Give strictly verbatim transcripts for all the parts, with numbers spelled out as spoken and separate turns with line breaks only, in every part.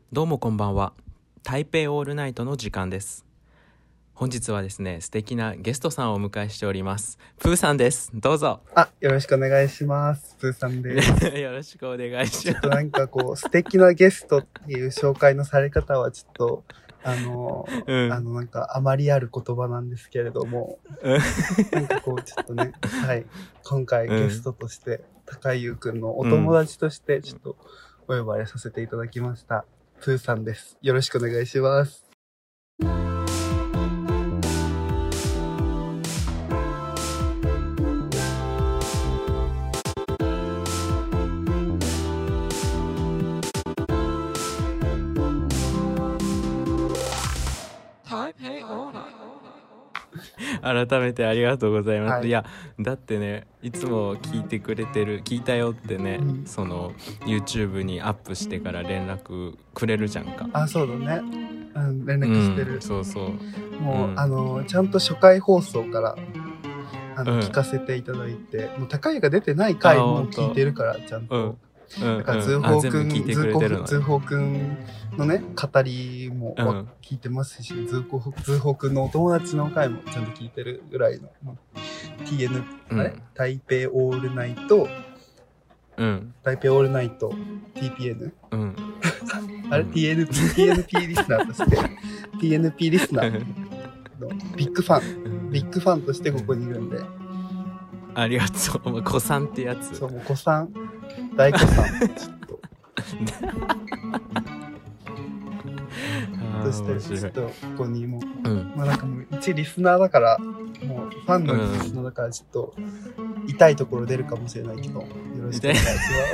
どうもこんばんは。台北オールナイトの時間です。本日はですね、素敵なゲストさんをお迎えしております。プーさんです。どうぞ。
あ、よろしくお願いします。プーさんです。
よろしくお願いします。
ちょっとなんかこう、素敵なゲストっていう紹介のされ方はちょっと、あの、うん、あのなんかあまりある言葉なんですけれども、なんかこうちょっとね、はい、今回ゲストとして、高優くんのお友達としてちょっとお呼ばれさせていただきました。プーさんです。よろしくお願いします。
改めてありがとうございます、はい、いやだってねいつも聞いてくれてる聞いたよってね、うん、その YouTube にアップしてから連絡くれるじゃんか。
あ、そうだね、うん、連絡してる、
うん、そうそう
もう、うん、あのちゃんと初回放送からあの、うん、聞かせていただいて、もう高井が出てない回も聞いてるからちゃんと、うんだからズーホーくん、ズーホーくんのね語りも聞いてますし、うん、ズーホーくんのお友達の回もちゃんと聞いてるぐらいの ティーエヌ、うん、あれ台北オールナイト、うん、台北オールナイト ティーピーエヌ、うん、あれ、うん、ティーエヌピー ティーエヌピー リスナーとして ティーエヌピー リスナーのビッグファンビッグファンとしてここにいるんで、
ありがとう。子さんってやつ。
そう、もう子さん大子さんちょっとそしてちょっとここにもう、うん、まあなんかもう一リスナーだからもうファンのリスナーだからちょっと痛いところ出るかもしれないけどよろしくお願いし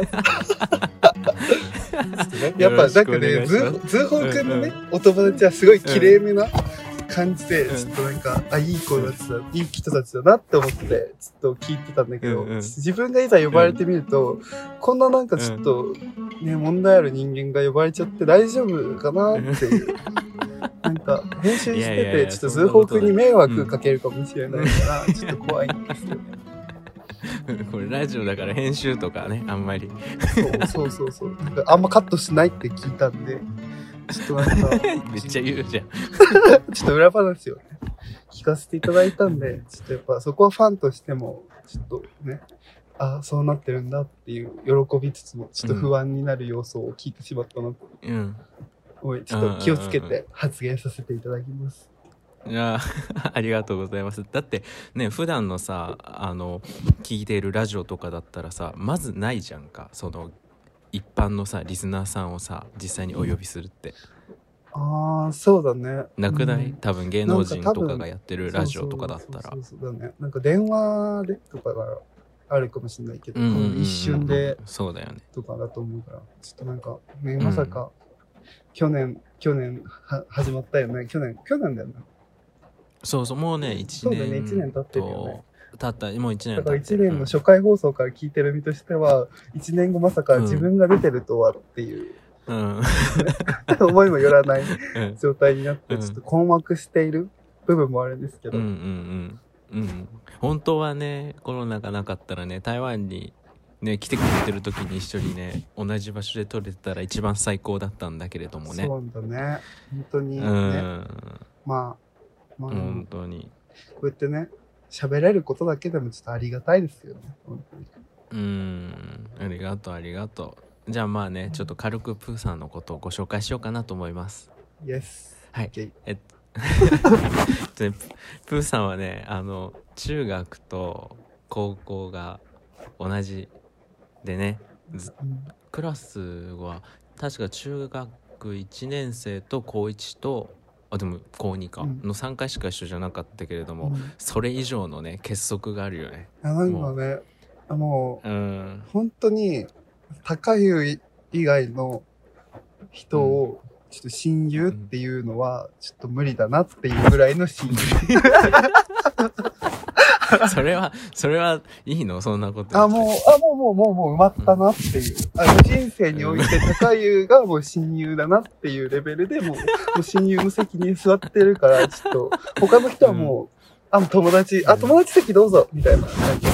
ますね、やっぱなんかねズーホーくんのね、うんうん、お友達はすごい綺麗めな感じで、ちょっとなんか、うん、あ、いい子たちだ、いい人たちだなって思って、ちょっと聞いてたんだけど、うんうん、自分がいざ呼ばれてみると、うん、こんななんかちょっと、ね、問題ある人間が呼ばれちゃって大丈夫かなっていう。なんか、編集してて、ちょっとズーホーくんに迷惑かけるかもしれないから、うん、ちょっと怖いんですよね。
これラジオだから編集とかね、あんまり。
そうそうそうそう。なんかあんまカットしないって聞いたんで、ちょっとなんか
めっちゃ言うじゃん
ちょっと裏話をね聞かせていただいたんで、ちょっとやっぱそこはファンとしてもちょっとね、あ、そうなってるんだっていう喜びつつもちょっと不安になる要素を聞いてしまったなと、うん、おいちょっと気をつけて発言させていただきます。
いやありがとうございます。だってね普段のさあの聞いているラジオとかだったらさまずないじゃんか、その一般のさリスナーさんをさ実際にお呼びするって。
ああそうだね。
なくない、うん、多分芸能人とかがやってるラジオとかだったら。
そうそうそうだね。なんか電話でとかがあるかもしれないけど、うんうんうんうん、一瞬で
そうだよね
とかだと思うから、ちょっとなんかねまさか、うん、去年去年は始まったよね。去年去年だよね。
そうそうもうねいちねん。
そうだねいちねん経ってるよね。
たったもういちねん
だからいちねんの初回放送から聞いてる身としては、いちねんごまさか自分が出てるとはっていう、うん、思いもよらない状態になってちょっと困惑している部分もあるんですけど、うんうん
うんうん、本当はねコロナがなかったらね台湾にね来てくれてる時に一緒にね同じ場所で撮れてたら一番最高だったんだけれどもね。
そうだね本当にね、うん、まあまあ
本当に
こうやってね喋れることだけでもちょっとありがたいですよね。本当に。
うーん、ありがとうありがとう。じゃあまあね、ちょっと軽くプーさんのことをご紹介しようかなと思います。
Yes。
はい。
Okay.
えっとプーさんはね、あの中学と高校が同じでね、うん、クラスは確か中学いちねん生と高いちとあでも高にか、うん、のさんかいしか一緒じゃなかったけれども、うん、それ以上のね結束があるよね。
いやなんかねもう、うん、本当に高湯以外の人をちょっと親友っていうのはちょっと無理だなっていうぐらいの親友
それはそれはいいのそんなこと。
あもうあもうもうもうもう埋まったなっていう、うん、あの人生において高湯がもう親友だなっていうレベルでもうもう親友の席に座ってるから、ちょっと他の人はもう、うん、あ友達あ友達席どうぞみたいな感じ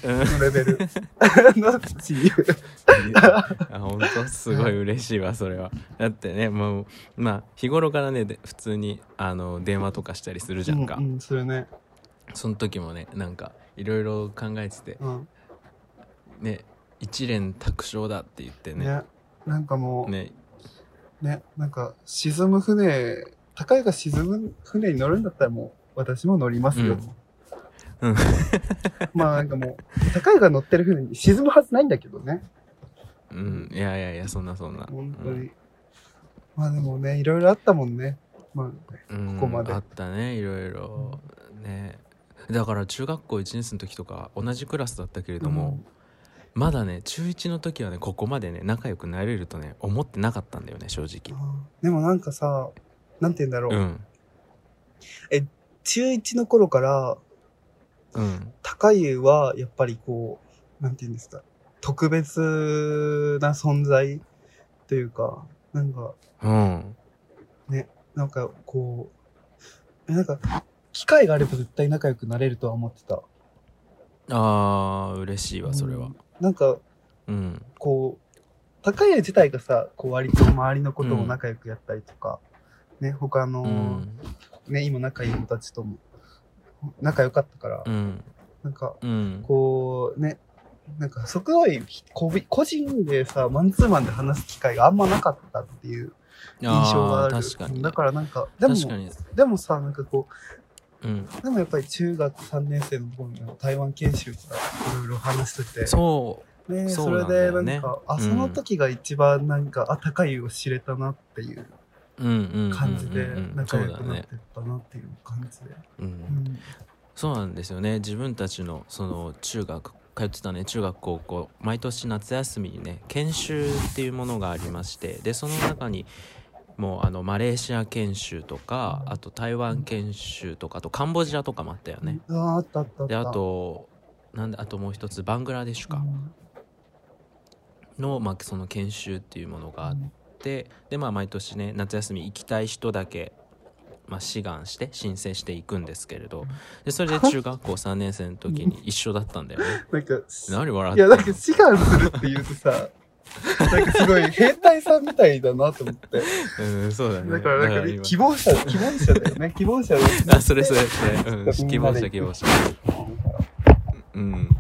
のレベルの親友
あ本当すごい嬉しいわそれは。だってねもうまあ日頃からねで普通にあの電話とかしたりするじゃんか、
うんうん、それね。
その時もねなんかいろいろ考えてて、
うん、
ね一連卓勝だって言ってね。
ね、なんかもう
ね
ね、なんか沈む船、高いが沈む船に乗るんだったらもう私も乗りますよ。
うん。うん、
まあなんかもう高いが乗ってる船に沈むはずないんだけどね。
うん、いやいやいやそんなそんな。
本当に。うん、まあでもねいろいろあったもんね。まあ、
うん、
ここまで。
あったねいろいろね。だから中学校いちねん生の時とか同じクラスだったけれども、うん、まだね中いちの時はねここまでね仲良くなれるとね思ってなかったんだよね正直。
でもなんかさなんて言うんだろう、
うん、え
中いちの頃から、
うん、
高湯はやっぱりこうなんて言うんですか特別な存在というかなんか、
うん、
ねなんかこうなんか機会があれば絶対仲良くなれるとは思ってた。
あー嬉しいわそれは、
うん、なんか、
うん、
こう高湯自体がさこう割と周りのことも仲良くやったりとか、うん、ね他の、うん、ね今仲いい子たちとも仲良かったから、うん、なんか、うん、こうねなんかすごい個人でさマンツーマンで話す機会があんまなかったっていう印象がある。
確かに、
だからなんかでも
確かに
でもさなんかこう、
うん、
でもやっぱり中学さんねん生の頃の台湾研修とかいろいろ話してて、
そう
ね、
そ
れでなんか、あ、その時が一番なんか、あ、高湯を知れたなっていう感じで仲良くなってったなっていう感じで、
うんうん、そうなんですよね。自分たちのその中学通ってたね中学高校毎年夏休みにね研修っていうものがありまして、でその中にもうあのマレーシア研修とか、あと台湾研修とか、あとカンボジアとかもあったよね。
ああったあったあった。
であとなんであともう一つバングラデシュか、うん、の、まあ、その研修っていうものがあって、うん、でまあ毎年ね夏休み行きたい人だけ、まあ、志願して申請していくんですけれど、でそれで中学校さんねん生の時に一緒だったんだよね。
なんか
何笑ってんの。
いやなんか志願するって言うとさなんかすごい兵隊さんみたいだなと思って。
うんそうだね。
だからなんか、ね、希望者希望者だよね希望者ですね。
あそれそれそれ、うん、希望者希望者。うん。なんか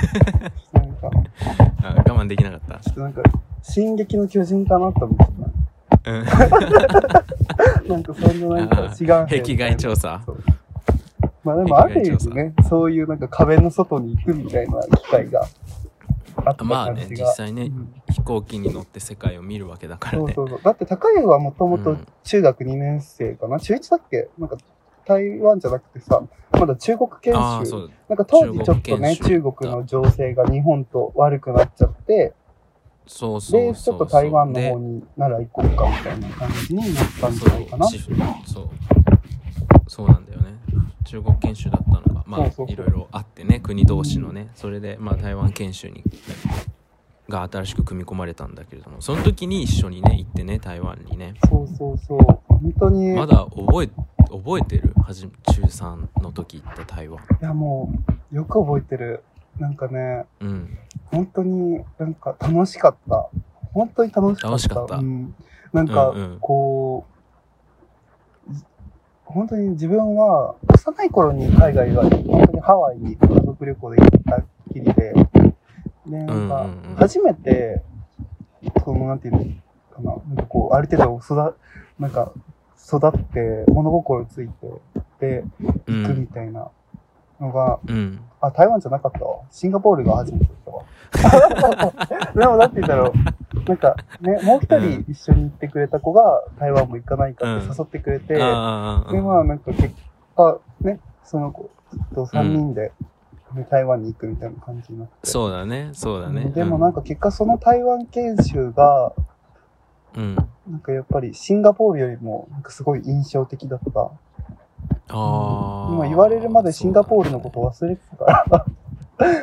あ我慢できなかった。
ちょっとなんか進撃の巨人かなと思ってた。うん、なんかそんななんか志願兵
壁外調査。
まあでもある意味ねそういうなんか壁の外に行くみたいな機会があった感じが。
まあね実際ね、うん、飛行機に乗って世界を見るわけだからね。
そうそうそう。だって高湯はもともと中学にねん生かな、うん、中いちだっけなんか台湾じゃなくてさまだ中国研修なんか当時ちょっとね中国の情勢が日本と悪くなっちゃって
そうそうそうそう
でちょっと台湾の方になら行こうかみたいな感じになったんじゃないかな。
そうそうそうなんだよね。中国研修だったのがまあいろいろあってね国同士のね、うん、それでまあ台湾研修にが新しく組み込まれたんだけれども、その時に一緒にね行ってね台湾にね。
そうそうそう本当に
まだ覚え覚えてるはじ中さんの時行った台湾。
いやもうよく覚えてる。なんかね、うん、本当になんか楽しかった。本当に楽しかった。
楽しかった。
うん、なんか、うんうん、こう本当に自分は幼い頃に海外は本当にハワイに家族旅行で行ったっきりで、でなんか初めてそのなんていうのかな、なんかこうある程度育なんか育って物心ついてで行くみたいなのが、うん、あ台湾じゃなかったわ。シンガポールが初めてだったわ。でもなんて言うんだろう。なんかねもう一人一緒に行ってくれた子が台湾も行かないかって誘ってくれて、うん、でまあなんか結果ねその子とさんにんで、ね、台湾に行くみたいな感じになって。
そうだねそうだね。うん、
でもなんか結果その台湾研修がうん、なんかやっぱりシンガポールよりもなんかすごい印象的だった。あ、うん、今言われるまでシンガポールのこと忘れてたから。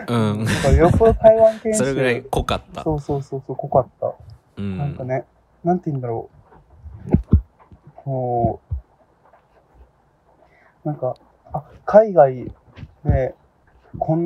うん。だからよっぽど台湾研修。
それぐらい濃かった。
そうそうそうそう濃かった。うん。なんかね、なんて言うんだろう。こうなんかあ海外でこん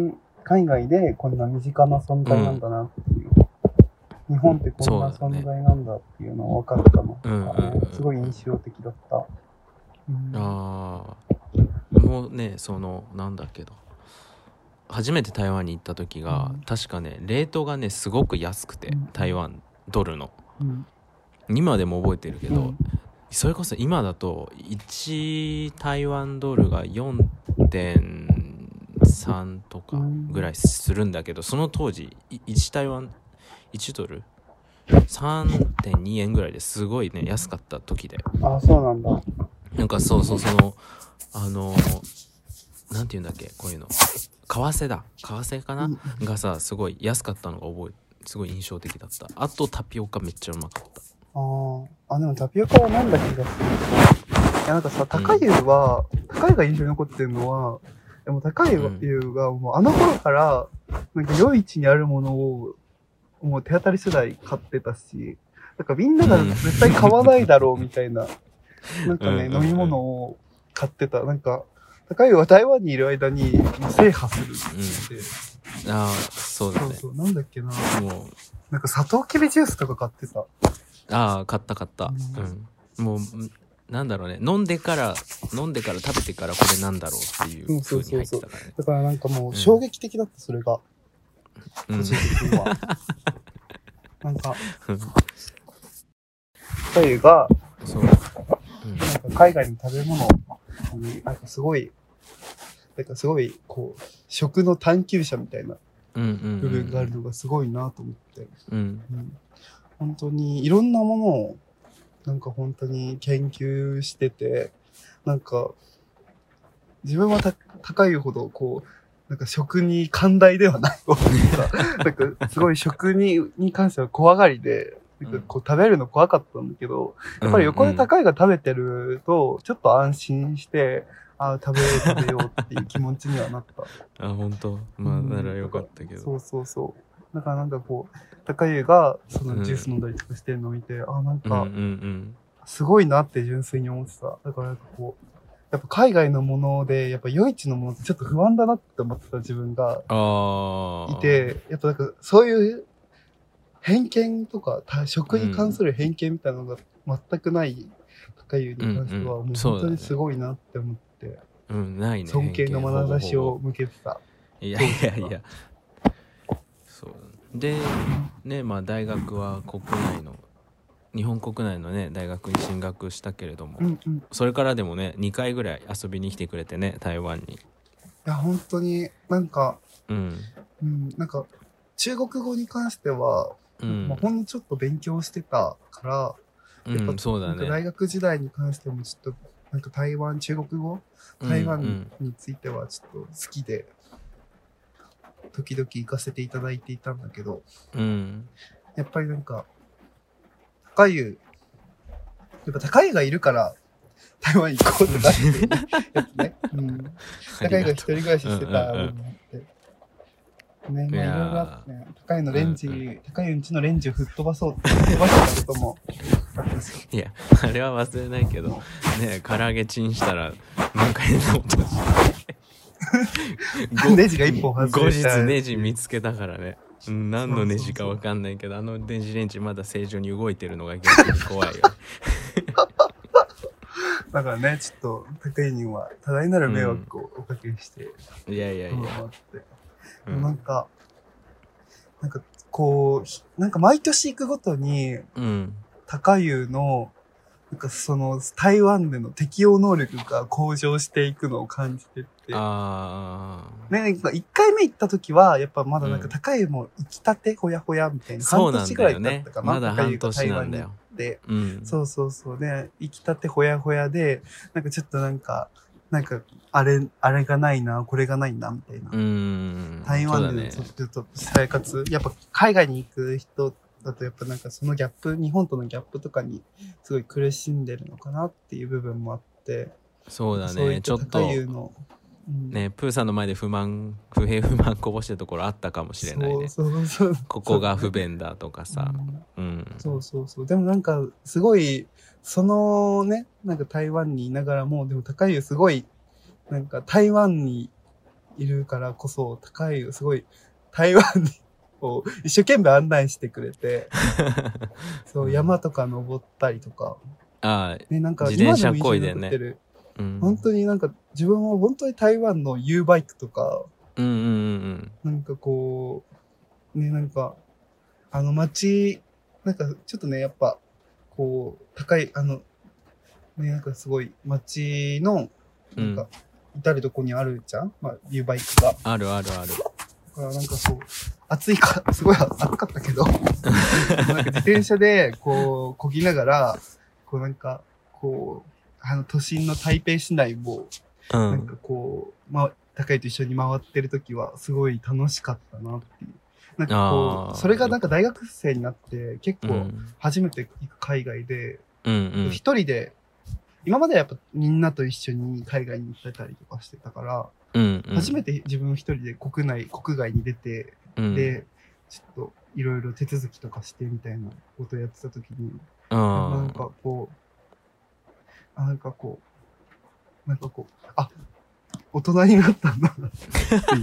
海外でこんな身近な存在なんだなっていう、うん、日本ってこんな存在なんだっていうのを分かったのが、ね、うんうん、すごい印象的だった。
うん、ああ、もうね、そのなんだけど初めて台湾に行った時が、うん、確かねレートがねすごく安くて、うん、台湾ドルの、うん、今でも覚えてるけど、うん、それこそ今だといち台湾ドルが よんてんさん とかぐらいするんだけど、その当時いち台湾いちドル さんてんに 円ぐらいですごいね安かった時で、
あ、そうなんだ。
なんかそうそう、そのあのなんていうんだっけ、こういうの為替だ為替かな、うん、がさすごい安かったのが覚えすごい印象的だった。あとタピオカめっちゃうまかった。
ああ、でもタピオカは飲んだ気がする。いやなんかさ、高湯は、うん、高湯が印象に残ってるのは、でも高湯がもうあの頃からなんか夜市にあるものをもう手当たり次第買ってたし、なんかみんなが絶対買わないだろうみたいな、うん、なんかね、飲み物を買ってた。なんか高湯は台湾にいる間に制覇するって、
うん、ああそうだね。
そうそう、なんだっけな、もうなんかサトウキビジュースとか買ってた。
ああ買った買った、うん、もうなんだろうね、飲んでから飲んでから食べてからこれなんだろうっていう風に入ってたからね。
だからなんかもう衝撃的だった、うん、それが個人的には、うん、なんかタイがそう、うん、なんか海外の食べ物になんかすごいなんかすごいこう食の探求者みたいな部分があるのがすごいなと思って、うんうん、本当にいろんなものをなんか本当に研究してて、なんか自分はた高いほどこうなんか食に寛大ではない方がなんかすごい食にに関しては怖がりで、なんかこう食べるの怖かったんだけど、やっぱり横で高いが食べてるとちょっと安心して、ああ食べよう食べようっていう気持ちにはなった。
あ、本当、まあならよかったけど、
うん、そうそうそう。だからなんかこう高湯がそのジュース飲んだりとかしてるのを見て、うん、あなんか、うんうんうん、すごいなって純粋に思ってた。だからなんかこうやっぱ海外のものでやっぱ夜市のものってちょっと不安だなって思ってた自分がいて、やっぱなんかそういう偏見とか食に関する偏見みたいなのが全くない高湯に関してはもう本当にすごいなって思って、
うん、ないね、
尊敬の眼差しを向けてた。
いやいやいやそうでね、まあ大学は国内の日本国内のね大学に進学したけれども、うんうん、それからでもねにかいぐらい遊びに来てくれてね、台湾に。い
や本当になんか、うんうん、なんか中国語に関しては、うん、まあ、ほんのちょっと勉強してたから、やっぱ、うん、そうだね、なんか大学時代に関してもちょっとなんか台湾中国語台湾についてはちょっと好きで、うんうん、時々行かせていただいていたんだけど、うん、やっぱりなんか高湯やっぱ高湯がいるから台湾行こうってなってやつね、うん、高湯が一人暮らししてたのもあって、ね、まあいろいろあってね、高湯のレンジ、うんうん、高湯んちのレンジを吹っ飛ばそうって吹っ飛ばしたこともあったし、
いやあれは忘れないけどね、唐揚げチンしたらなんか変な音して
ネジが一本外れた。
後日ネジ見つけたからね、何のネジか分かんないけど、あの電子レンジまだ正常に動いてるのが逆に怖いよ
だからね、ちょっと高いには多大なる迷惑をおかけして、
うん、いやいやいや、
うん、なんかなんかこうなんか毎年行くごとに、うん、高湯のなんかその台湾での適応能力が向上していくのを感じてて、あね、なんかいっかいめ行った時はやっぱまだなんか高湯も行きたてほやほやみたいな、
うん、
半年ぐらいだったかな、
まだ半年なんだよ。
で、うん、そうそうそうで行きたてほやほやでなんかちょっとなんかなんかあれあれがないなこれがないなみたいな、うん、台湾でのちょっと生活、ね、やっぱ海外に行く人だとやっぱなんかそのギャップ、日本とのギャップとかにすごい苦しんでるのかなっていう部分もあって、
そうだね、ちょっとうん、ね、プーさんの前で不満不平不満こぼしてるところあったかもしれないね。そうそうそう、ここが不便だとかさ、うんうん、
そうそうそう。でもなんかすごいそのね、なんか台湾にいながらもでも高湯すごいなんか台湾にいるからこそ、高い、すごい、台湾を一生懸命案内してくれて、そう、山とか登ったりとか、
ああ、
ね、なんか
自転車
今でも印象
こいでね。
に残ってる、
うん、
本当になんか自分は本当に台湾の U バイクとか、
うんうんうんうん
なんかこう、ね、なんか、あの街、なんかちょっとね、やっぱ、こう、高い、あの、ね、なんかすごい街の、なんか、至るとこにあるじゃん、まあ、U バイクが。
あるあるある。
だからなんかそう、暑いか、すごい暑かったけど、なんか自転車で、こう、漕ぎながら、こうなんか、こう、あの都心の台北市内を、
うん、
なんかこう、まあ、高いと一緒に回ってる時は、すごい楽しかったなっていう。なんかこう、それがなんか大学生になって、結構、初めて行く海外で、一、うんうん、人で、今まではやっぱみんなと一緒に海外に行ってたりとかしてたから、
うんうん、
初めて自分一人で国内、国外に出て、うん、で、ちょっといろいろ手続きとかしてみたいなことをやってた時に、なんかこう、あ、なんかこう、なんかこう、あ、大人になったんだなっていう。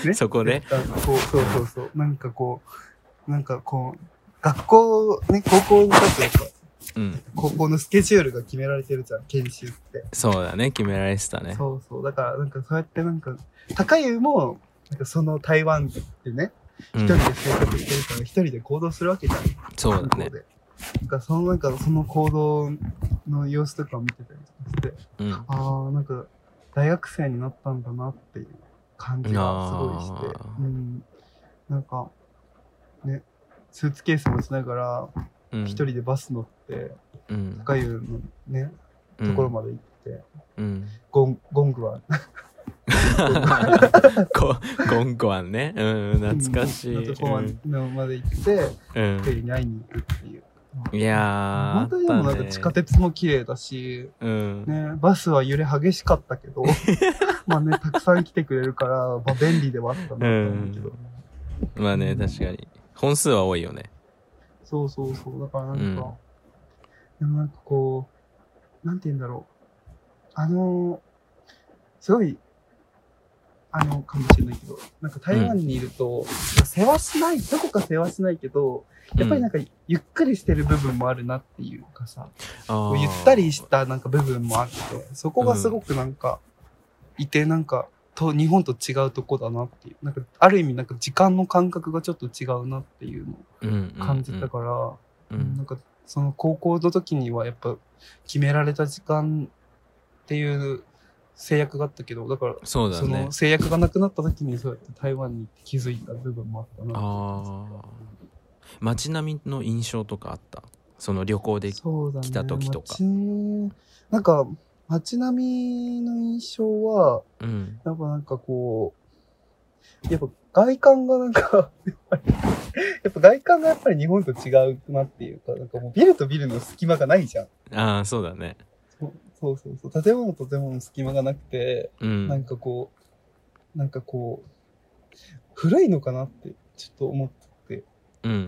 ね、
そこで、
こう、そうそうそう。なんかこう、なんかこう、学校、ね、高校の時やっぱ、うん、高校のスケジュールが決められてるじゃん、研修って。
そうだね、決められてたね。
そうそう。だから、なんかそうやってなんか、高湯も、なんかその台湾でね、一人で生活してるから一人で行動するわけじゃん。
そうだね。
なんかそのなんかその行動の様子とかを見てたりとかして、うん、ああ、なんか大学生になったんだなっていう感じがすごいして、うん、なんかね、スーツケース持ちながら一人でバス乗って、うん、高湯のね、ところまで行って、うん、ゴンゴングは
ゴンゴアンね、うん、懐かしい。
のとこまで行って、ペリに会いに行くっていう。
いやー、
本当にでもなんか地下鉄も綺麗だし、うんね、バスは揺れ激しかったけど、まあね、たくさん来てくれるから、まあ便利ではあったなと思うけど。
うん、まあね、確かに。本数は多いよね。
そうそうそう。だからなんか、うん、でもなんかこう、なんて言うんだろう。あの、すごい、あの、かもしれないけど、なんか台湾にいると、うん、世話しない、どこか世話しないけど、やっぱりなんかゆっくりしてる部分もあるなっていうかさ、うん、ゆったりしたなんか部分もあって、そこがすごくなんか、いてなんか、と日本と違うとこだなっていう、なんかある意味なんか時間の感覚がちょっと違うなっていうのを感じたから、うんうんうん、なんかその高校の時にはやっぱ決められた時間っていう制約があったけど、だから
そうだね、
その制約がなくなった時にそうやって台湾に気づいた部分もあったな。
ああ、街並みの印象とかあった？その旅行で来た時とか。
ね、なんか街並みの印象は、うん、やっぱなんかこう、やっぱ外観がなんかやっぱ外観がやっぱり日本と違うなっていうか、なんかもうビルとビルの隙間がないじゃん。
ああ、そうだね。
そうそうそう。建物と建物の隙間がなくて、うん、なんかこう、なんかこう、古いのかなってちょっと思って。
うんうんうん。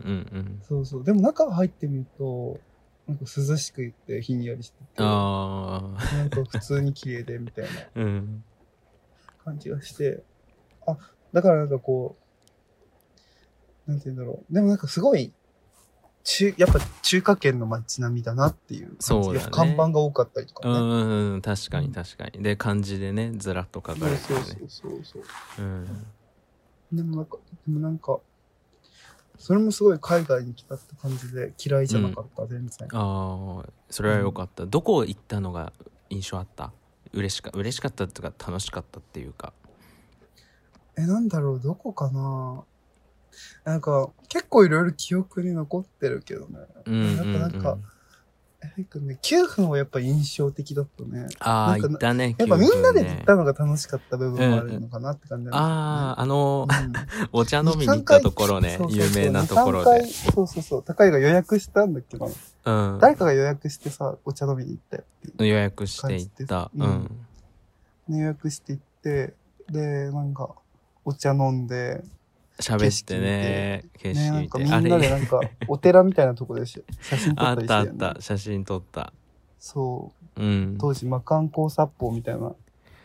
そうそう。でも中入ってみると、なんか涼しく言ってひんやりしてて、あなんか普通に綺麗でみたいな感じがして、うん、あ、だからなんかこう、なんて言うんだろう。でもなんかすごい、中やっぱ中華圏の街並みだなっていう感じ。そうだね、看板が多かったりとかね。
うんうん、確かに確かに。で、漢字でね、ずらっと書かれてる、ね。
そうそうそうそう。うん。でもなんか、でもなんか、それもすごい海外に来たって感じで嫌いじゃなかった、うん、全然。
ああ、それは良かった、うん。どこ行ったのが印象あった？嬉しか嬉しかったっていうか楽しかったっていうか。
え、なんだろう、どこかな。なんか結構いろいろ記憶に残ってるけどね。うんうんうん、やっぱなんか、えっとね、きゅうふんはやっぱ印象的だったね。
ああ、行ったね。
やっぱみんなで行ったのが楽しかった部分もあるのかなって感じなんですよね。
ああ、あの、うん、お茶飲みに行ったところね、そうそうそう有名なところで。
そうそうそう、高井が予約したんだけど、うん、誰かが予約してさ、お茶飲みに行ったよって
予約して行った。うん。
予約して行って、で、なんか、お茶飲んで、
喋ってね、景色見て、
ね、なんかみんなでなんかお寺みたいなとこで写真撮ったりして、ね、
あったあった、写真撮った。
そう、うん、当時魔漢光殺法みたいな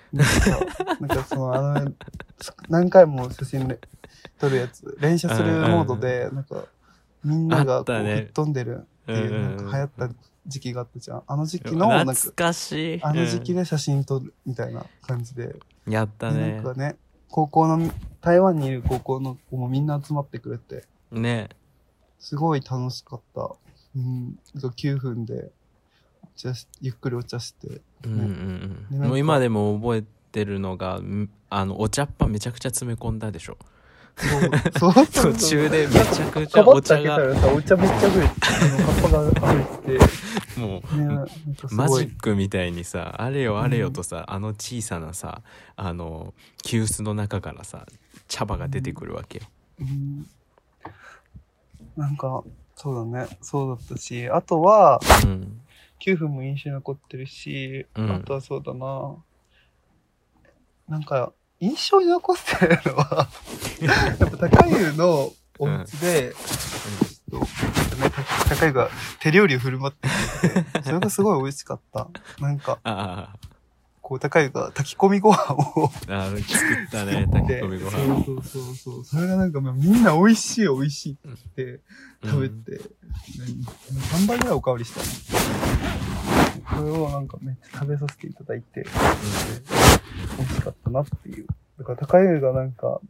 なんかなんかそのあの何回も写真で撮るやつ連写するモードでなんかみんながこう吹っ飛んでるっていうなんか流行った時期があったじゃん。あの時期のなんか
懐かしい。
あの時期で写真撮るみたいな感じで、
うん、やったね。
なんかね高校の台湾にいる高校の子もみんな集まってくれて
ね、
すごい楽しかった。うん、きゅうふんでお茶しゆっくりお茶して、ね、
うんうんうん、もう今でも覚えてるのがあのお茶っ葉めちゃくちゃ詰め込んだでしょ。
そうそう
途中でめちゃくちゃお茶が
お茶めっちゃ増えて葉っぱが溢れてて
もう、ね、マジックみたいにさあれよあれよとさ、うん、あの小さなさあの急須の中からさ茶葉が出てくるわけよ、
うんうん、なんかそうだねそうだったしあとは、うん、きゅうふんも印象に残ってるし、うん、あとはそうだななんか印象に残ってるのはやっぱ高湯のお家で、うんうん、高湯が手料理を振る舞ってくれてそれがすごい美味しかった。なんか
あ
こう高湯が炊き込みご飯を
あ作ったね炊き込みご飯
そうそうそうそうそれがなんかみんな美味しい美味しいって言って食べて、うん、さんばいぐらいおかわりしたの。それをなんかめっちゃ食べさせていただいて、うん、美味しかったなっていう。だから高湯がなんか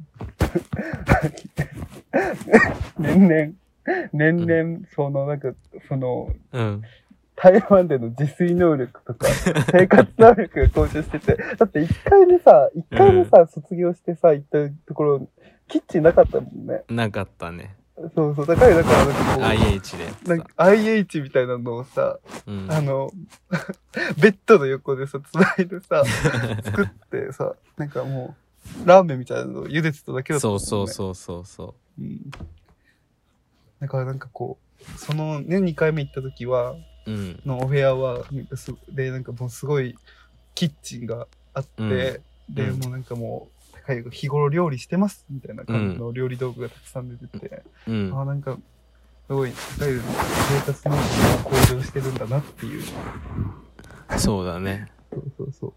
年々年々、うん、そのなんかその、うん、台湾での自炊能力とか生活能力が向上しててだって一回目さ一回目さ、うん、卒業してさ行ったところキッチンなかったもんね。
なかったね。
そうそう高いだからなんかこう
アイエイチ で
なんか アイエイチ みたいなのをさ、うん、あのベッドの横でさ繋いでさ作ってさなんかもうラーメンみたいなのを茹でてただけだったもんね。
そうそうそうそう、うん、
だからなんかこうそのねにかいめ行った時は、うん、のお部屋はなんかすでなんかもうすごいキッチンがあって、うん、で、うん、もうなんかもう日頃料理してますみたいな感じの料理道具がたくさん出てて、うん、あなんかすごい高い生活能力が向上してるんだなっていう。
そうだね。
そうそうそう。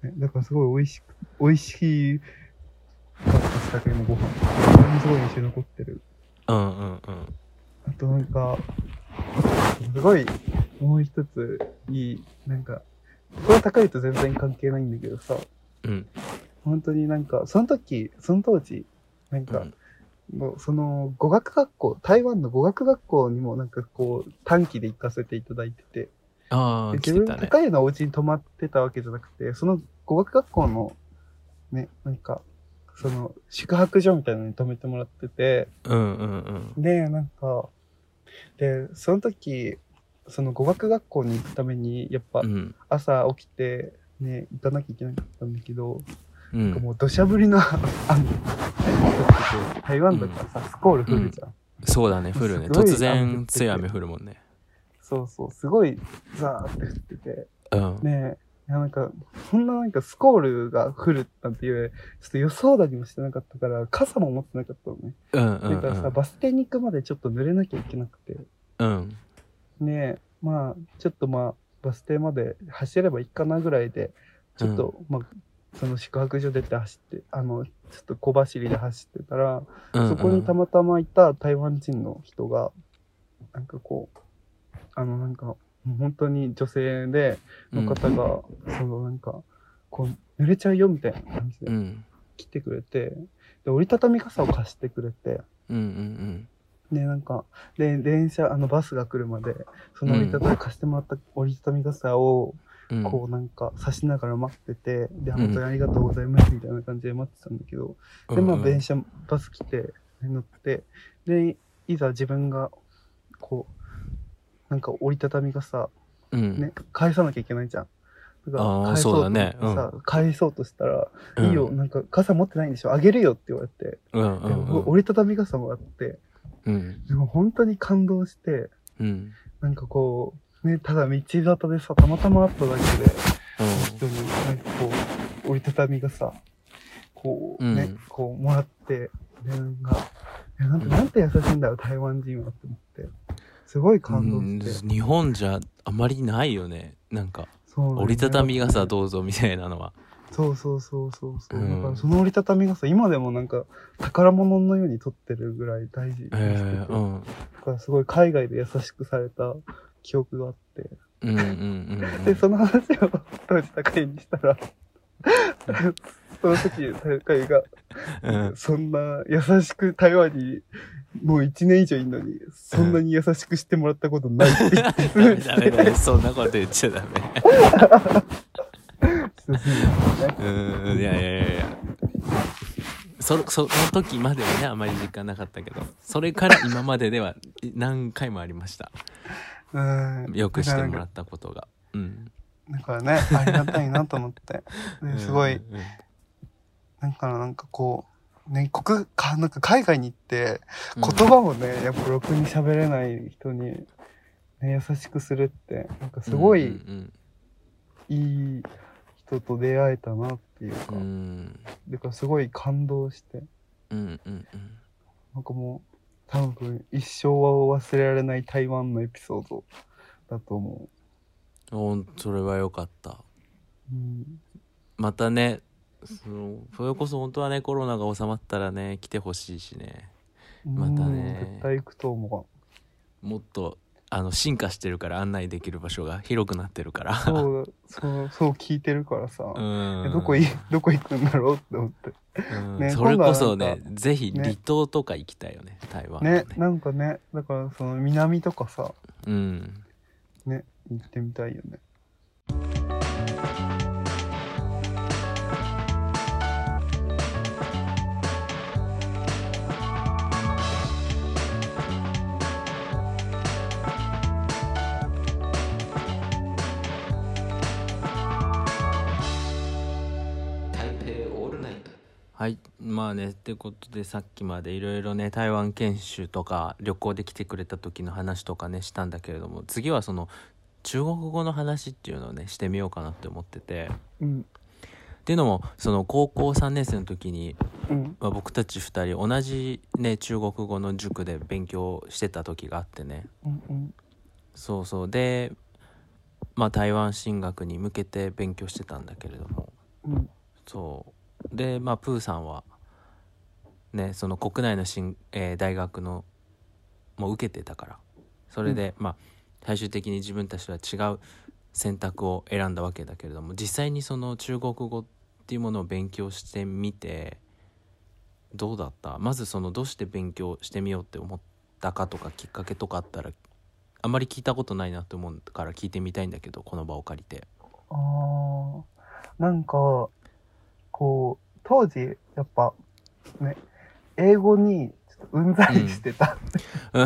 ね、だからすごい美味しく美味しいかった高いのご飯。それもすごい印象に残ってる。
うんうんうん。
あとなんかすごいもう一ついいなんかこれは高いと全然関係ないんだけどさ。うん。本当になんかその時その当時なんか、うん、もうその語学学校台湾の語学学校にもなんかこう短期で行かせていただいてて、
あ
自分高いのお家に泊まってたわけじゃなくてその語学学校のねなんかその宿泊所みたいなのに泊めてもらってて、
うんうんうん、
でなんかでその時その語学学校に行くためにやっぱ朝起きてね行かなきゃいけなかったんだけど。うん、なんかもう土砂降りの雨台湾だからさ、うん、スコール降るじゃん、うん、
そうだね降るね突然強い雨降るもんね。
そうそうすごいザーって降ってて、うん、ねえなんかそんななんかスコールが降るなんていうちょっと予想だにもしてなかったから傘も持ってなかったのね、うんうんうん、だからさバス停に行くまでちょっと濡れなきゃいけなくて、うん、ねえまあちょっとまあバス停まで走ればいいかなぐらいでちょっと、うん、まあその宿泊所出て走ってあのちょっと小走りで走ってたら、うんうん、そこにたまたまいた台湾人の人がなんかこうあのなんかもう本当に女性での方が、うん、そのなんかこう濡れちゃうよみたいな感じで来てくれて、うん、で折りたたみ傘を貸してくれて、うんうんうん、でなんかで電車あのバスが来るまでその折りたたみ貸してもらった折りたたみ傘をこうなんか刺しながら待ってて、で、本当にありがとうございますみたいな感じで待ってたんだけど、うん、で、まあ電車、バス来て、乗って、で、いざ自分が、こう、なんか折りたたみがさ、うん、ね、返さなきゃいけないじゃん。だから返そうとさ、ねうん、返そうとしたら、うん、いいよ、なんか傘持ってないんでしょあげるよって言われて、うんうんうん、折りたたみ傘もらって、うん、でも本当に感動して、うん、なんかこう、ね、ただ道端でさたまたまあっただけで、うん、なんかこう折りたたみがさこうね、うん、こうもらってでなんかなんてなんて優しいんだよ台湾人はって思ってすごい感動して、
うん、日本じゃあまりないよねなんか折りたたみがさどうぞみたいなのは
そうそうそうそうそう、
うん、
だからその折りたたみがさ今でもなんか宝物のように撮ってるぐらい大事にしてて、えーうん、だからすごい海外で優しくされた記憶があって、
うんうんうん、うん、
でその話を当時高いにしたらその時高いが、うん、そんな優しく台湾にもう一年以上いるのにそんなに優しくしてもらったことないって言って、
うん、ダメダメダメそんなこと言っちゃダメうんいやいやいやいやそ, その時まではねあまり実感なかったけどそれから今まででは何回もありましたうんよくしてもらったことがうん
だからねありがたいなと思ってですごい、うんうん、なんかなんかこうね国かなんか海外に行って言葉もね、うん、やっぱろくに喋れない人に、ね、優しくするってなんかすごい、うんうんうん、いい人と出会えたなっていうか、うん、だからすごい感動して、うんうんうん、なんかもう多分一生は忘れられない台湾のエピソードだと思う。
おそれは良かった、うん、またね そ, のそれこそ本当はねコロナが収まったらね来てほしいしねまたね
絶対行くと思
うもっとあの進化してるから案内できる場所が広くなってるから
そうそうそう聞いてるからさうんどこいどこ行くんだろうって思って、
うんね、それこそねぜひ離島とか行きたいよね台湾
ね、ねなんかねだからその南とかさうんね行ってみたいよね
はいまあねってことでさっきまでいろいろね台湾研修とか旅行で来てくれた時の話とかねしたんだけれども次はその中国語の話っていうのをねしてみようかなって思ってて、うん、っていうのもその高校さんねん生の時に、うんまあ、僕たちふたり同じね中国語の塾で勉強してた時があってね、うんうん、そうそうでまあ台湾進学に向けて勉強してたんだけれども、うん、そうでまあプーさんはねその国内のしん、えー、大学のもう受けてたからそれで、うん、まあ最終的に自分たちとは違う選択を選んだわけだけれども実際にその中国語っていうものを勉強してみてどうだった？まずそのどうして勉強してみようって思ったかとかきっかけとかあったらあんまり聞いたことないなと思うから聞いてみたいんだけどこの場を借りて。
あーなんかこう当時やっぱね英語にちょっとうんざりしてた、うん、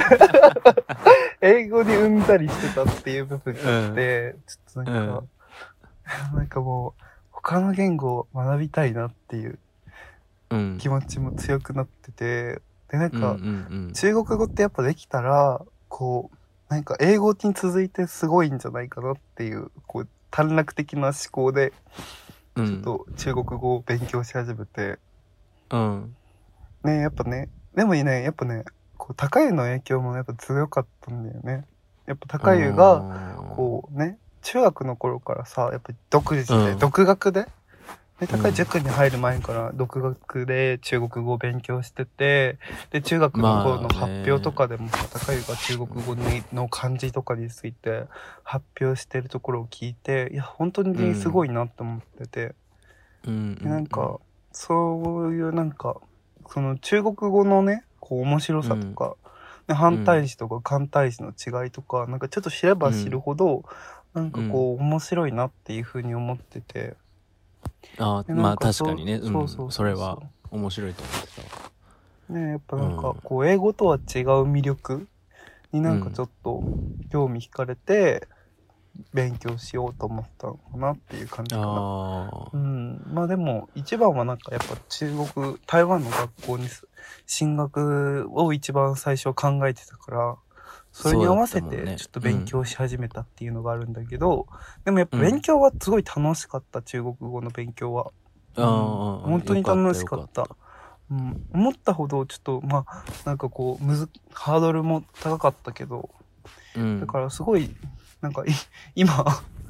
英語にうんざりしてたっていう部分があって、うん、ちょっとなんか、うん、なんかもう他の言語を学びたいなっていう気持ちも強くなっててでなんか、うんうんうん、中国語ってやっぱできたらこうなんか英語に続いてすごいんじゃないかなっていうこう短絡的な思考でちょっと中国語を勉強し始めて、うん、ねやっぱねでもねやっぱねこう高湯の影響もやっぱ強かったんだよね。やっぱ高湯がこうね中学の頃からさやっぱり独自で、うん、独学でで高い塾に入る前から独学で中国語を勉強しててで中学の頃の発表とかでもさ、まあ、高井が中国語にの漢字とかについて発表してるところを聞いていや本当にすごいなって思ってて、うん、でなんかそういうなんかその中国語のねこう面白さとか、うん、反対詞とか簡体詞の違いとかなんかちょっと知れば知るほど、うん、なんかこう面白いなっていうふうに思ってて。
あまあ確かにね、うん、そうそうそうそうそれは面白いと思って
たね。やっぱなんかこう英語とは違う魅力になんかちょっと興味惹かれて勉強しようと思ったのかなっていう感じかな。あ、うん、まあでも一番はなんかやっぱ中国台湾の学校に進学を一番最初考えてたからそれに合わせてちょっと勉強し始めたっていうのがあるんだけど、うん、でもやっぱ勉強はすごい楽しかった、うん、中国語の勉強は、うん、本当に楽しかった、うん、思ったほどちょっとまあなんかこうむずハードルも高かったけど、うん、だからすごいなんか今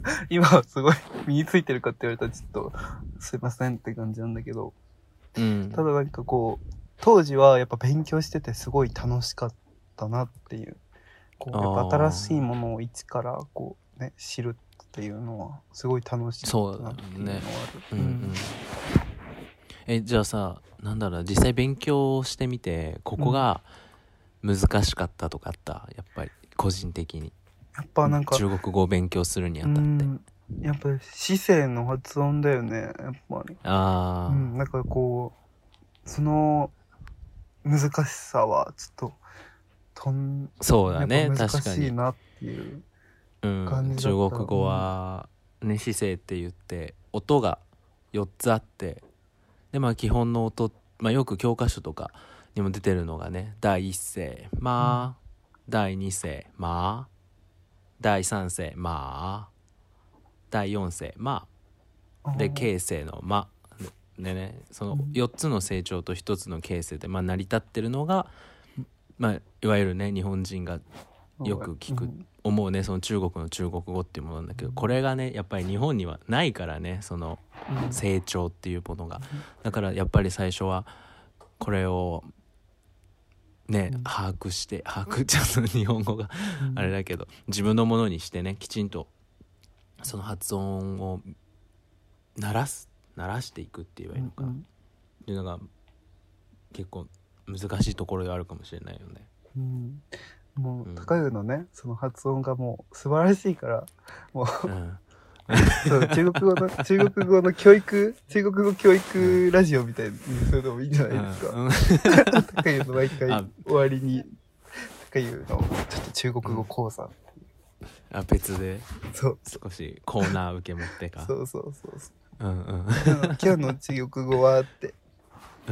今はすごい身についてるかって言われたらちょっとすいませんって感じなんだけど、
うん、
ただなんかこう当時はやっぱ勉強しててすごい楽しかったなっていう、こうやっぱ新しいものを一からこうね知るっていうのはすごい楽しかったなっていうのはある。
そうだね。うんうん。えじゃあさ、なんだろう、実際勉強してみてここが難しかったとかあった？やっぱり個人的に
やっぱなんか
中国語を勉強するにあたって。
やっぱり姿勢の発音だよね、やっぱり。
ああ、
うん、なんかこうその難しさはちょっととん
そうだね、
難
確かに。
しいなっていう
うん、
感じだった。
中国語はね、姿勢って言って音がよっつあって、でまあ基本の音、まあ、よく教科書とかにも出てるのがね、第一声まあ、うん、第二声まあ、第三声まあ、第四声まあで形声のまでね、そのよっつの成長とひとつの形声で、まあ、成り立ってるのが、まあ、いわゆるね日本人がよく聞く、うん、思うね、その中国の中国語っていうものなんだけど、これがねやっぱり日本にはないからね、その成長っていうものが。だからやっぱり最初はこれをね、うん、把握して把握ちゃうと日本語があれだけど、自分のものにしてね、きちんとその発音を鳴らす鳴らしていくって言えばいいのかな、うんうん、っていうのが結構難しいところであるかもしれないよね。
うん、もう高湯のね、うん、その発音がもう素晴らしいからもう、うん、そう中国語の中国語の教育中国語教育ラジオみたいにするのもいいんじゃないですか。うん、高湯の毎回終わりに高湯のちょっと中国語講座、うん、
あ別で
そう
少しコーナー受け持ってか
そうそうそうそう、
うんうん、
今日の中国語はって、うん、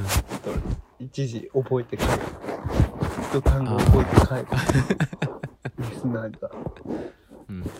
一時覚えて帰る、一単語覚えて帰るリスナーが、うん、だ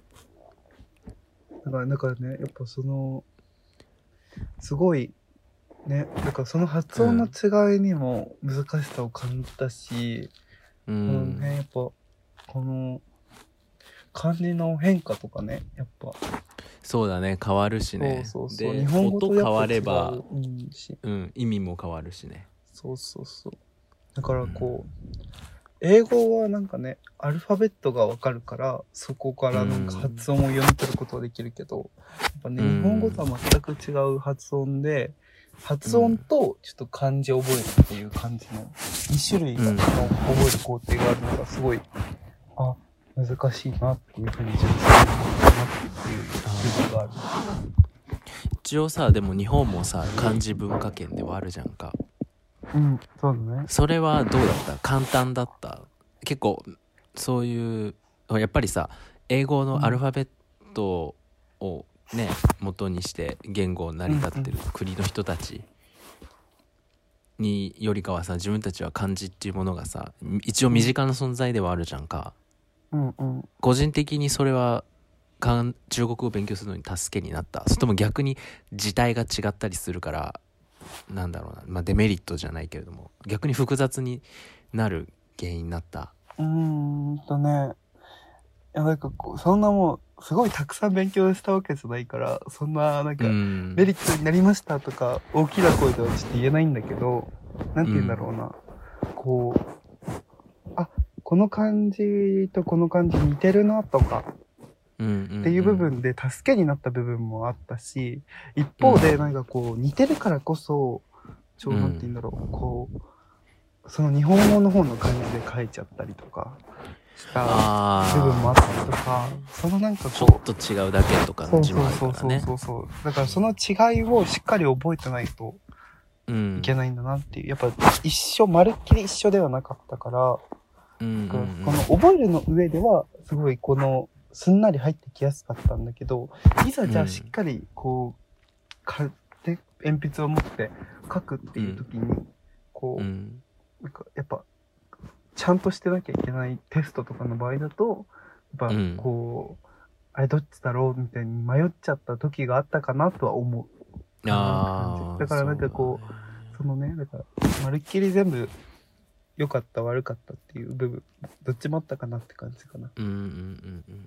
からだからね、やっぱそのすごいね、だからその発音の違いにも難しさを感じたし、うん、このねやっぱこの漢字の変化とかね、やっぱ
そうだね、変わるしね。
そうそうそう、
で
日本語とやっぱ違う、
音変われば、
うんし
うん、意味も変わるしね。
そうそうそう。だからこう、うん、英語はなんかねアルファベットがわかるからそこからなんか発音を読み取ることができるけど、やっぱね、うん、日本語とは全く違う発音で、発音とちょっと漢字を覚えるっていう感じのに種類の覚える工程があるのがすごい、あ、難しいなっていうふうにちょっと思ったなっていう部分がある。
一応さ、でも日本もさ漢字文化圏ではあるじゃんか。
うん、そうだね。
それはどうだった？簡単だった？結構そういうやっぱりさ、英語のアルファベットをね、うん、元にして言語を成り立ってる国の人たちによりかはさ、自分たちは漢字っていうものがさ一応身近な存在ではあるじゃんか。
うんうん、
個人的にそれは中国語を勉強するのに助けになった？それとも逆に字体が違ったりするからなんだろうな、まあ、デメリットじゃないけれども逆に複雑になる原因になった？
うーんとね、いやなんかこうそんなもうすごいたくさん勉強したわけじゃないから、そんななんかメリットになりましたとか大きな声ではちょっと言えないんだけど、なんて言うんだろうな、うん、こうあこの漢字とこの漢字似てるなとかっていう部分で助けになった部分もあったし、一方でなんかこう似てるからこそちょうなんて言うんだろう、こうその日本語の方の漢字で書いちゃったりとかした部分もあったりとか、そのなんかこう
ちょっと違うだけとかの字もあるからね。
そうそうそうそうそう、だからその違いをしっかり覚えてないといけないんだなっていう、やっぱ一緒まるっきり一緒ではなかったから、うんうんうん、この覚えるの上ではすごいこのすんなり入ってきやすかったんだけど、いざじゃあしっかりこうかで鉛筆を持って書くっていう時に、うん、こう、うん、なんかやっぱちゃんとしてなきゃいけないテストとかの場合だとやっぱこう、うん、あれどっちだろうみたいに迷っちゃった時があったかなとは思う。あだからなんかこう そ, そのね、だからまるっきり全部良かった悪かったっていう部分どっちもあったかなって感じかな。
うんうんうんうん。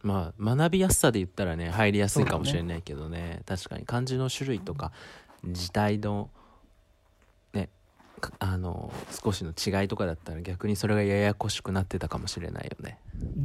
まあ学びやすさで言ったらね入りやすいかもしれないけど ね, ね確かに漢字の種類とか字体のねあの少しの違いとかだったら逆にそれがややこしくなってたかもしれないよね。
うん、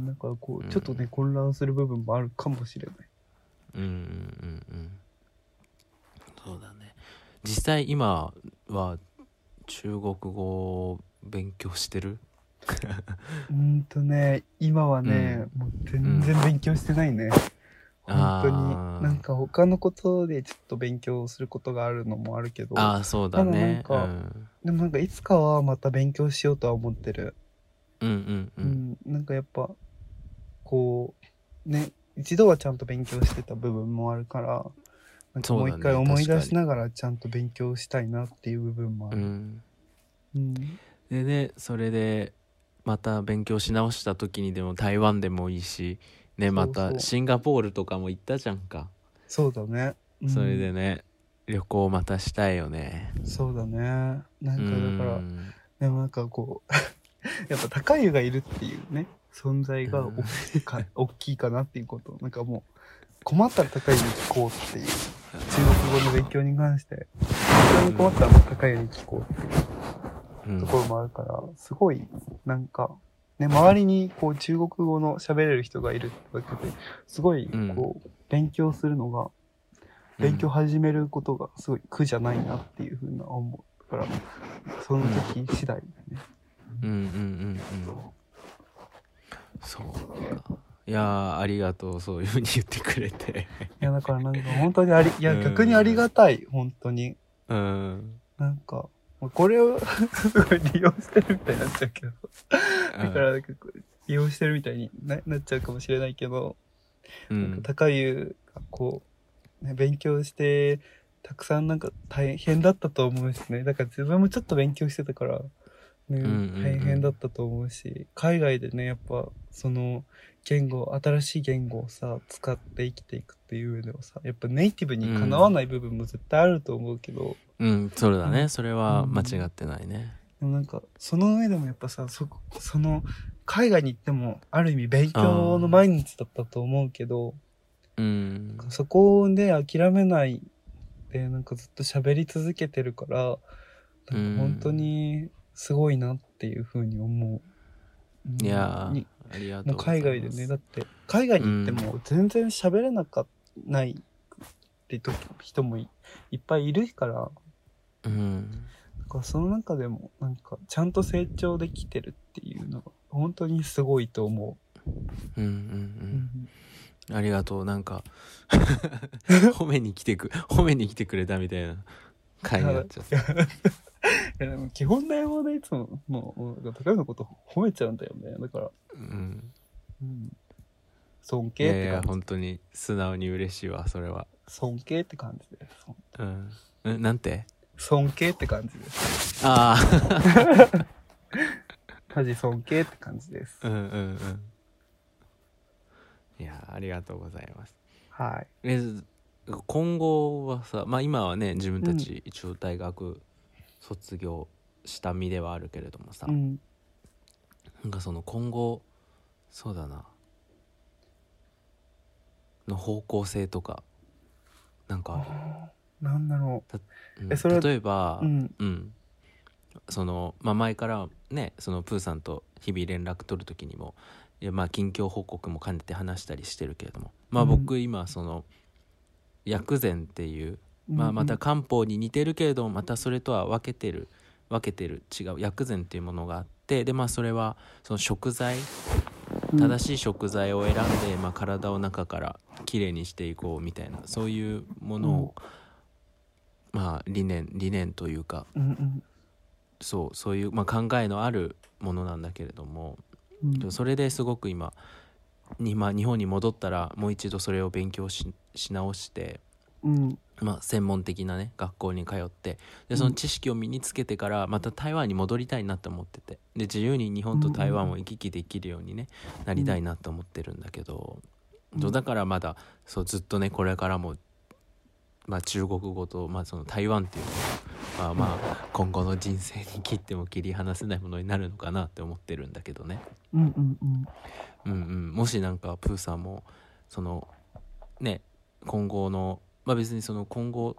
なんかこうちょっとね、うん、混乱する部分もあるかもしれない。
うんうんうんうん。そうだね。実際今は中国語を勉強してる？
うんとね今はね、うん、もう全然勉強してないね、うん、本当になんか他のことでちょっと勉強することがあるのもあるけど、
ああそうだね、
なんか、うん、でもなんかいつかはまた勉強しようとは思ってる。
うんうんうん、
うん、なんかやっぱこうね一度はちゃんと勉強してた部分もあるからなんかもう一回思い出しながらちゃんと勉強したいなっていう部分もある。うん
うん、でねそれでまた勉強し直した時にでも台湾でもいいしね、またシンガポールとかも行ったじゃんか。
そうだね、
うん、それでね旅行またしたいよね。
そうだね。なんかだからでもなんかこうやっぱ高湯がいるっていうね存在が大きいか、大きいかなっていうこと。なんかもう困ったら高湯に聞こうっていう中国語の勉強に関して本当に困ったら高湯に聞こうっていうところもあるから、すごいなんかね周りにこう中国語の喋れる人がいるってだけですごいこう勉強するのが勉強始めることがすごい苦じゃないなっていうふうな思うからその時次第だね。
うんうんうんうんそうか。いやありがとうそういう風に言ってくれて
いやだからなんか本当にありいや逆にありがたい本当に。
うん
なんかこれをすごい利用してるみたいになっちゃうけどだからなんか利用してるみたいに な, なっちゃうかもしれないけど、うん、なんか高湯がこう、ね、勉強してたくさんなんか大変だったと思うしね。だから自分もちょっと勉強してたからね、大変だったと思うし、海外でねやっぱその言語新しい言語をさ使って生きていくっていう上ではさやっぱネイティブにかなわない部分も絶対あると思うけど、
うん、うん、そうだね、うん、それは間違ってないね、
うん、でもなんかその上でもやっぱさ そ, その海外に行ってもある意味勉強の毎日だったと思うけど、うん、そこで諦めないでなんかずっと喋り続けてるからなんか本当にすごいなっていう風に思う、
うん、いやーありがとうございます。
もう海外でねだって海外に行っても全然喋れなかないって人も い, いっぱいいるから、うん、だからその中でもなんかちゃんと成長できてるっていうのが本当にすごいと思う。
うんうんうん、うん、ありがとう。なんか褒めに来てく褒めに来てくれたみたいな回になっちゃった
いやでも基本だよねいつももう高いのこと褒めちゃうんだよねだから、うんうん、尊敬って感じ。いやいや
本当に素直に嬉しいわそれは。
尊敬って感じです。
うん、うん、なんて
尊敬って感じです。
ああ
マジ尊敬って感じです。
うんうんうんいやありがとうございます。
はい。
え今後はさまあ今はね自分たち一応大学卒業した身ではあるけれどもさ、うん、なんかその今後そうだなの方向性とかなんか
なんだろう、
うん、えそれ例えば、うんうん、その、まあ、前からねそのプーさんと日々連絡取る時にもいやまあ近況報告も兼ねて話したりしてるけれども、まあ、僕今その薬膳っていう、まあ、また漢方に似てるけれどもまたそれとは分けてる分けてる違う薬膳っていうものがあってでまあそれはその食材正しい食材を選んで、まあ、体を中からきれいにしていこうみたいなそういうものを、まあ理念理念というか、そうそういう、まあ、考えのあるものなんだけれども、それですごく今に、まあ、日本に戻ったらもう一度それを勉強 し, し直して、うんまあ、専門的なね学校に通ってでその知識を身につけてからまた台湾に戻りたいなと思っててで自由に日本と台湾を行き来できるように、ね、なりたいなと思ってるんだけど、うん、だからまだそうずっとねこれからもまあ、中国語と、まあ、その台湾っていうのは、まあ、まあ今後の人生に切っても切り離せないものになるのかなって思ってるんだけどね。
うんうんうん
うんうん、もしなんかプーさんもそのね今後のまあ別にその今後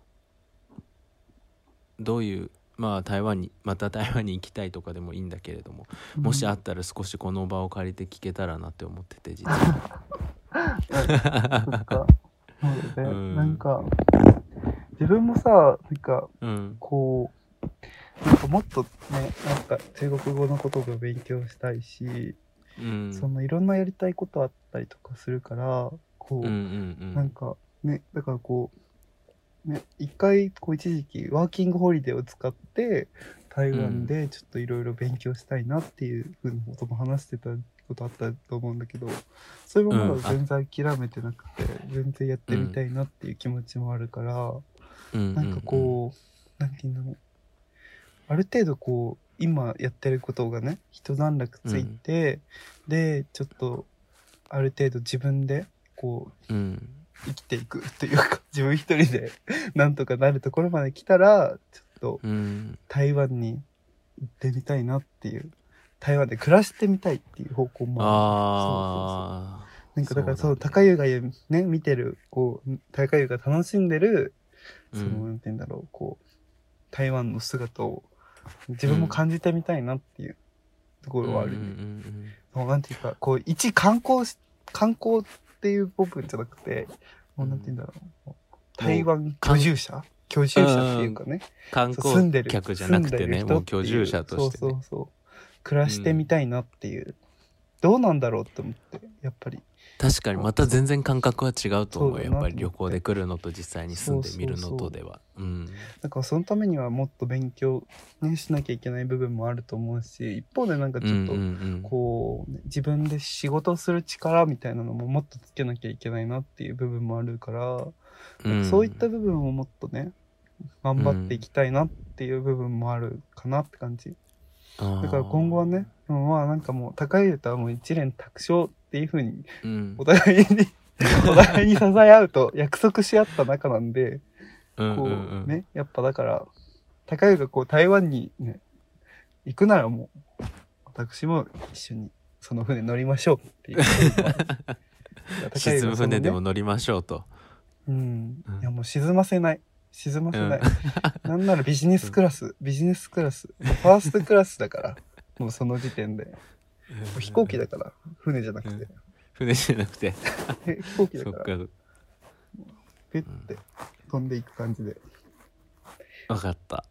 どういうまあ台湾にまた台湾に行きたいとかでもいいんだけれども、
うん、
もしあったら少しこの場を借りて聞けたらなって思ってて実は。
そっか。そうだね、
うん、
なんか自分もさなんか、うん、こうなんかもっとねなんか中国語のことが勉強したいし、うん、そのいろんなやりたいことあったりとかするからこう、うんうんうん、なんかねだからこうね一回こう一時期ワーキングホリデーを使って台湾でちょっといろいろ勉強したいなっていうふうなことも話してたことあったと思うんだけど、それもまだ全然諦めてなくて、うん、全然やってみたいなっていう気持ちもあるから、うん、なんかこう、なんていうの、ある程度こう今やってることがね一段落ついて、うん、でちょっとある程度自分でこう、うん、生きていくというか自分一人でなんとかなるところまで来たらちょっと台湾に行ってみたいなっていう、台湾で暮らしてみたいっていう方向もある。そうそうそう。なんかだからそう、高湯がね見てるこう高湯が楽しんでるその、うん、なんて言うんだろうこう台湾の姿を自分も感じてみたいなっていうところはあるね。うんうんうんうん、なんていうかこう一観光観光っていう部分じゃなくて、もうなんて言うんだろう、台湾居住者居住者っていうかね、
観光客じゃなくてね、もう居住者として、ね、そうそうそう
暮らしてみたいなっていう、うん、どうなんだろうって思ってやっぱり。
確かにまた全然感覚は違うと思う。やっぱり旅行で来るのと実際に住んでみるのとでは。
だからそのためにはもっと勉強、ね、しなきゃいけない部分もあると思うし、一方でなんかちょっとこう、うんうんうん、自分で仕事する力みたいなのももっとつけなきゃいけないなっていう部分もあるから、うん、そういった部分をもっとね頑張っていきたいなっていう部分もあるかなって感じ。だから今後はね、まあなんかもう高い歌はもう一連卓勝っていう風にお互いに、うん、お互いに支え合うと約束し合った仲なんで、こうね、やっぱだから高いがこう台湾にね行くならもう私も一緒にその船乗りましょうっていう。
沈む船でも乗りましょうと。
うん。いやもう沈ませない。沈ませない、うん、なんならビジネスクラスビジネスクラスファーストクラスだからもうその時点でもう飛行機だから船じゃなくて、うん、
船じゃなくて
飛行機だからピュッて飛んでいく感じで。
分かった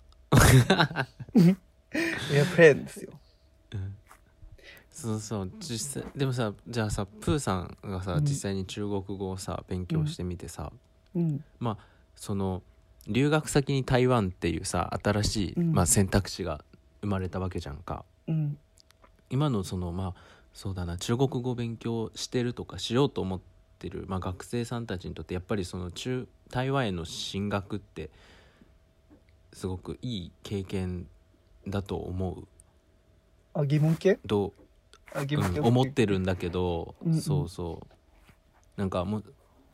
エアプレーンですよ、
うん、そうそう実際でもさじゃあさプーさんがさ、うん、実際に中国語をさ勉強してみてさ、うん、まあその留学先に台湾っていうさ新しい、うんまあ、選択肢が生まれたわけじゃんか、うん、今のそのまあそうだな中国語勉強してるとかしようと思ってる、まあ、学生さんたちにとってやっぱりその中台湾への進学ってすごくいい経験だと思う。
あ疑問系
どうあ疑問系、うん、思ってるんだけど、うんうん、そうそうなんかもう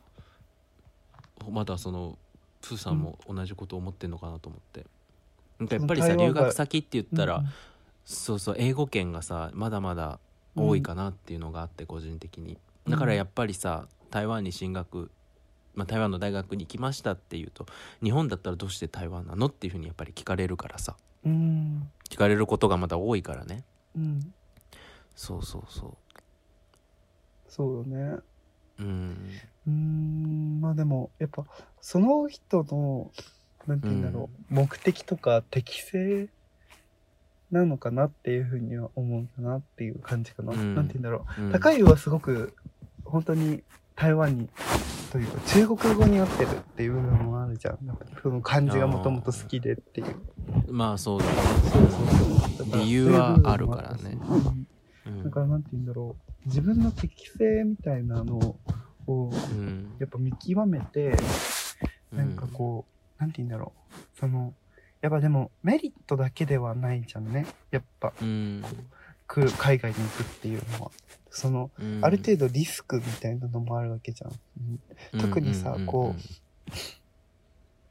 まだそのプーさんも同じこと思ってんのかなと思って、うん、なんかやっぱりさ留学先って言ったら、うんうん、そうそう英語圏がさまだまだ多いかなっていうのがあって、うん、個人的にだからやっぱりさ台湾に進学、まあ、台湾の大学に行きましたっていうと日本だったらどうして台湾なのっていうふうにやっぱり聞かれるからさ、うん、聞かれることがまだ多いからね、うん、そうそうそう
そうだね。うんうーんまあでもやっぱその人のなんて言うんだろう、うん、目的とか適性なのかなっていうふうには思うかなっていう感じかな、うん、なんて言うんだろう、うん、高湯はすごく本当に台湾にというか中国語に合ってるっていう部分もあるじゃん。やっぱその漢字がもともと好きでっていう
まあそうだねそうそうそう理由はあるからね、
うん、だからなんて言うんだろう自分の適性みたいなのをやっぱ見極めて、うん、なんかこうなんて言うんだろうそのやっぱでもメリットだけではないじゃんねやっぱ、うん、来る海外に行くっていうのはその、うん、ある程度リスクみたいなのもあるわけじゃん、うん、特にさ、うん、こう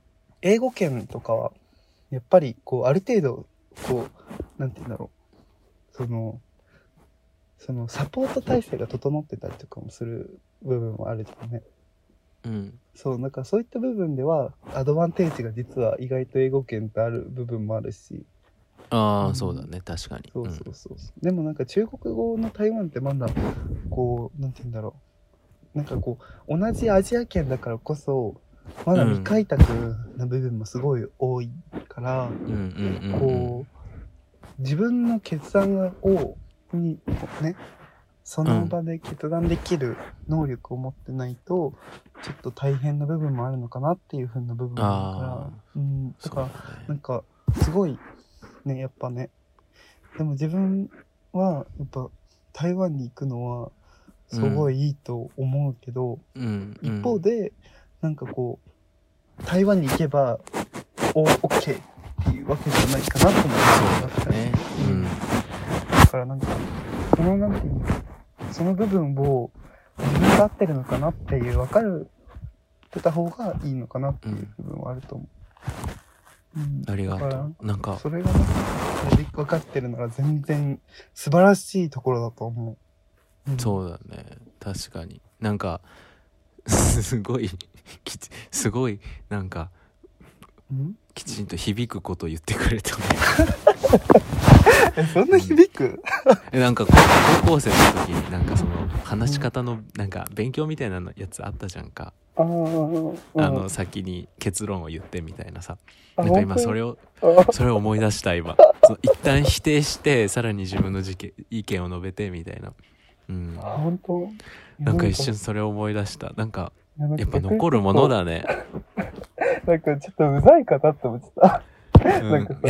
英語圏とかはやっぱりこうある程度こうなんて言うんだろう、そのそのサポート体制が整ってたりとかもする部分もあるじゃんね。
うん、
そうなんかそういった部分ではアドバンテージが実は意外と英語圏ってある部分もあるし。
ああ、
うん、
そうだね、確かに。
そうそうそう、うん、でもなんか中国語の台湾ってまだこうなんて言うんだろう、なんかこう同じアジア圏だからこそまだ未開拓な部分もすごい多いから、こう自分の決断をにね、その場で決断できる能力を持ってないと、うん、ちょっと大変な部分もあるのかなっていう風な部分もあるから、うん、だから、ね、なんかすごいね、やっぱね、でも自分はやっぱ台湾に行くのはすごいいいと思うけど、
うん、
一方でなんかこう台湾に行けばお OK っていうわけじゃないかなと思ってますね。うん、だからなんかそのなんていうの、その部分を自分が合ってるのかなっていう分かるってた方がいいのかなっていう部分はあると思う。うん、
ありがとう。なんか
それがね分かってるのが全然素晴らしいところだと思
う。うん、そうだね、確かに。なんかすごいすごいなんかんきちんと響くこと言ってくれた
え、そんな響く？
え、なんか高校生の時になんかその話し方のなんか勉強みたいなやつあったじゃんか。あの先に結論を言ってみたいなさ、なんか今それをそれを思い出した今。その一旦否定してさらに自分の意見を述べてみたいな。うん。
あ、本当？
なんか一瞬それを思い出した。なんかやっぱ残るものだね。
なんかちょっとうざいかなって思ってた。なんかさ、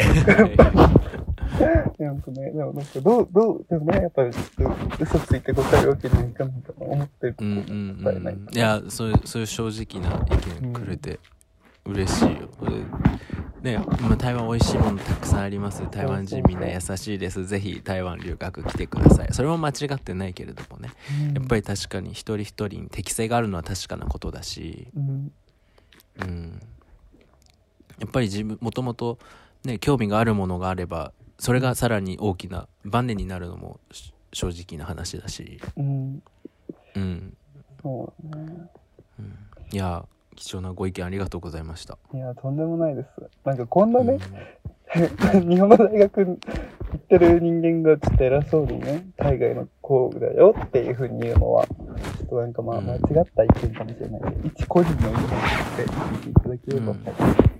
なんかね、でもなんかどうどうでもね、やっぱりちょっと嘘ついて答えるわけにはいかないと思ってる。うんうん
うん。いや、そういうそういう正直な意見くれて嬉しいよ。ね、まあ、台湾美味しいものたくさんあります。台湾人みんな優しいです。ぜひ台湾留学来てください。それも間違ってないけれどもね、うん、やっぱり確かに一人一人に適性があるのは確かなことだし、うん、うん、やっぱり自分もともとね興味があるものがあればそれがさらに大きなバネになるのも正直な話だし、うん、うん、
そうね、
うん、いや貴重なご意見ありがとうございました。
いやとんでもないです。なんかこんなね、うん、日本の大学行ってる人間がちょっと偉そうにね、海外のこうだよっていう風に言うのはちょっとなんかまあ間違った意見かもしれないので、うん、一個人の意見として聞いていただければと、うん、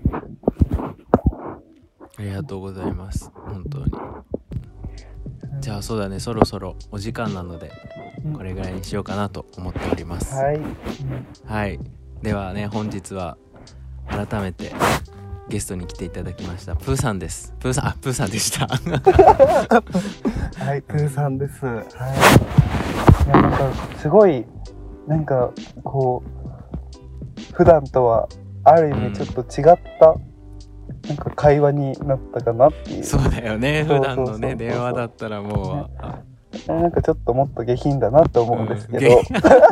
ありがとうございます。本当に。じゃあそうだね、そろそろお時間なのでこれぐらいにしようかなと思っております。
はい、
はい、ではね本日は改めてゲストに来ていただきましたプーさんです。プーさん、あ、プーさんでした
はい、プーさんです。はい、いやなんかすごいなんかこう普段とはある意味ちょっと違った、うん、なんか会話になったかなっていう。
そうだよね、普段のね電話だったらもう、ね、
なんかちょっともっと下品だなと思うんですけど、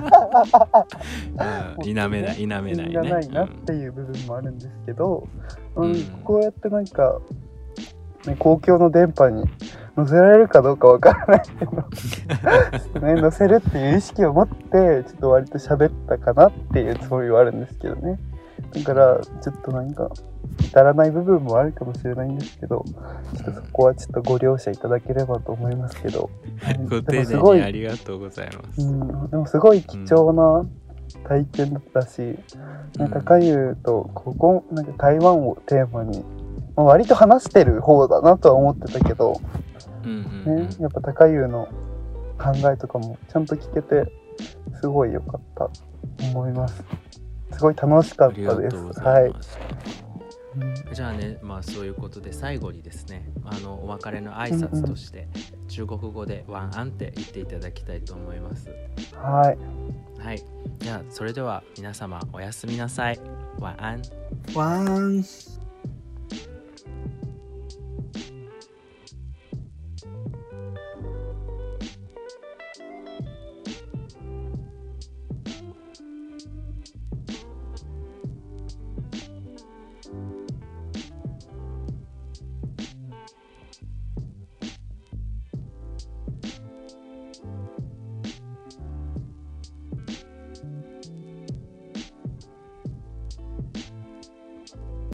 うん、否めない否めないね、
品がないなっていう部分もあるんですけど、うんうん、こうやってなんか、ね、公共の電波に載せられるかどうかわからないけど、ね、載せるっていう意識を持ってちょっと割と喋ったかなっていうつもりはあるんですけどね。だからちょっとなんか至らない部分もあるかもしれないんですけど、ちょっとそこはちょっとご了承いただければと思いますけど、
ご丁寧にありがとうございます。
うん、でもすごい貴重な体験だったし、うん、高湯とここなんか台湾をテーマに、まあ、割と話してる方だなとは思ってたけど、うんうんうん、ね、やっぱ高湯の考えとかもちゃんと聞けてすごい良かったと思います。すごい楽しかったです。はい。
じゃあね、まあそういうことで最後にですね、あのお別れの挨拶として中国語でワンアンって言っていただきたいと思います。
はい。
はい。じゃあそれでは皆様おやすみなさい。ワンアン。
ワン。